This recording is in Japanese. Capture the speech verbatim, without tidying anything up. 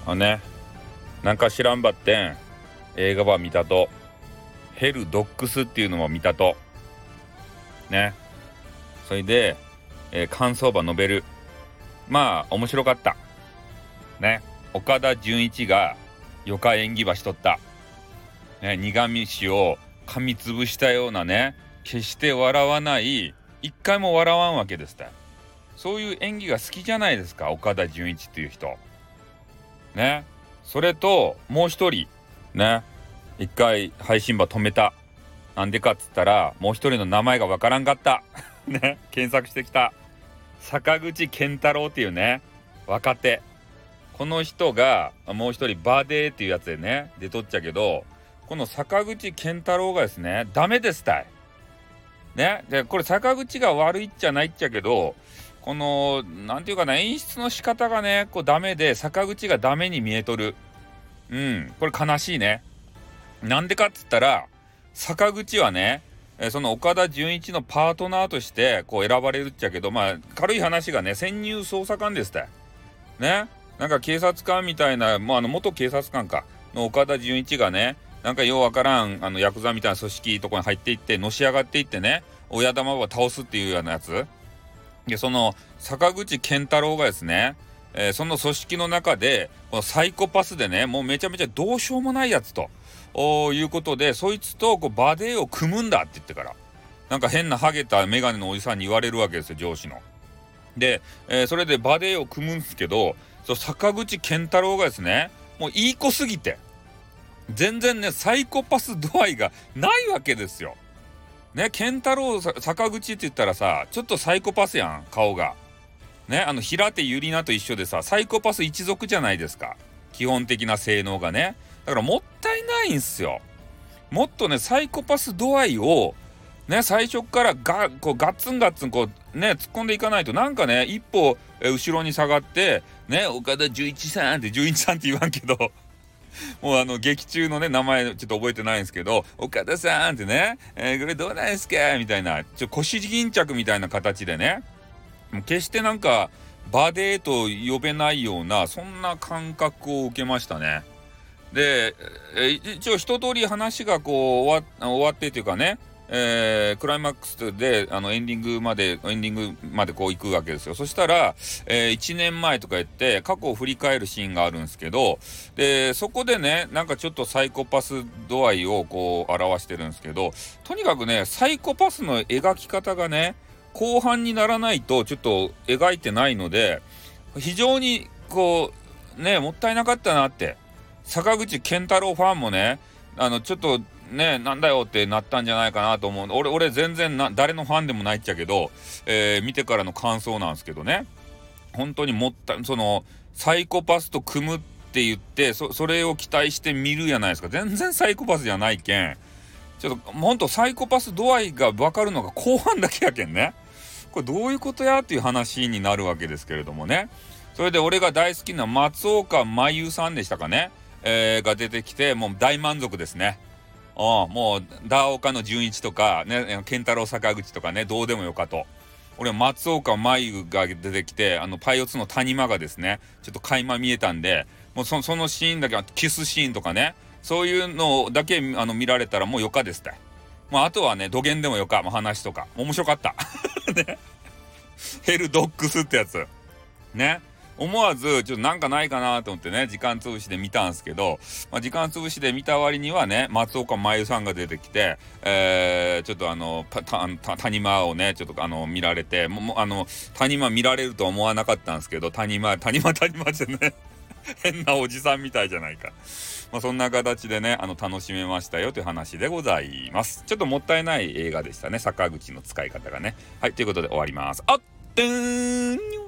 あね、なんか知らんばってん映画ば見たと、ヘルドックスっていうのも見たとね。それで、えー、感想ば述べる。まあ面白かったね。岡田准一が余暇演技ばしとった、ね、苦味を噛みつぶしたようなね、決して笑わない、一回も笑わんわけですって。そういう演技が好きじゃないですか、岡田准一っていう人ね。それともう一人ね、一回配信場止めた。なんでかっつったら、もう一人の名前がわからんかったね。検索してきた坂口健太郎っていうね、若手。この人がもう一人バーデーっていうやつでね出とっちゃけど、この坂口健太郎がですね、ダメですたいね。でこれ坂口が悪いっちゃないっちゃけど、このなんていうかな、演出の仕方がねこうダメで、坂口がダメに見えとる。うんこれ悲しいね。なんでかっつったら、坂口はね、えその岡田准一のパートナーとしてこう選ばれるっちゃけど、まあ軽い話がね、潜入捜査官ですってね。なんか警察官みたいな、もうあの元警察官かの岡田准一がね、なんかようわからんあのヤクザみたいな組織とこに入っていって、のし上がっていってね、親玉を倒すっていうようなやつで、その坂口健太郎がですね、えー、その組織の中でこのサイコパスでね、もうめちゃめちゃどうしようもないやつということで、そいつとこうバデーを組むんだって言ってから、なんか変なハゲたメガネのおじさんに言われるわけですよ、上司の。で、えー、それでバデーを組むんですけど、そう坂口健太郎がですね、もういい子すぎて全然ねサイコパス度合いがないわけですよね。健太郎坂口って言ったらさ、ちょっとサイコパスやん、顔がね。あの平手友梨奈と一緒でさ、サイコパス一族じゃないですか、基本的な性能がね。だからもったいないんすよ。もっとねサイコパス度合いをね、最初からガこうガッツンガッツンこうね突っ込んでいかないと、なんかね一歩え後ろに下がってね、岡田准一さんって准一さんって言わんけどもうあの劇中のね名前ちょっと覚えてないんですけど、岡田さんってね、えー、これどうなんですかみたいな、ちょ腰巾着みたいな形でね、もう決してなんかバデーと呼べないような、そんな感覚を受けましたね。で、えー、一応一通り話がこう終わ、終わってというかね、えー、クライマックスであのエンディングまでエンディングまでこう行くわけですよ。そしたら、えー、いちねんまえとか言って過去を振り返るシーンがあるんですけど、でそこでねなんかちょっとサイコパス度合いをこう表してるんですけど、とにかくねサイコパスの描き方がね後半にならないとちょっと描いてないので、非常にこうねもったいなかったなって、坂口健太郎ファンもね、あのちょっとねなんだよってなったんじゃないかなと思う。俺俺全然な誰のファンでもないっちゃけど、えー、見てからの感想なんですけどね、本当にもったそのサイコパスと組むって言って そ, それを期待して見るやないですか。全然サイコパスじゃないけん、ちょっとほんとサイコパス度合いが分かるのが後半だけやけんね。これどういうことやっていう話になるわけですけれどもね。それで俺が大好きな松岡真優さんでしたかね、えー、が出てきて、もう大満足ですね。ああもうダーオカの純一とかね、健太郎坂口とかね、どうでもよかと。俺松岡真優が出てきて、あのパイオツの谷間がですねちょっと垣間見えたんで、もう そ, そのシーンだけ、キスシーンとかね、そういうのだけあの見られたらもうよかですって。まああとはね土下でもよか、まあ、話とか面白かったね。ヘルドックスってやつね、思わずちょっとなんかないかなと思ってね時間潰しで見たんですけど、まあ、時間潰しで見た割にはね松岡真優さんが出てきて、えー、ちょっとあのたたた谷間をねちょっとあの見られて、もうあの谷間見られるとは思わなかったんですけど、谷間谷間谷間ってね変なおじさんみたいじゃないか。まあ、そんな形でねあの楽しめましたよという話でございます。ちょっともったいない映画でしたね、坂口の使い方がね。はい、ということで終わります。あってーん。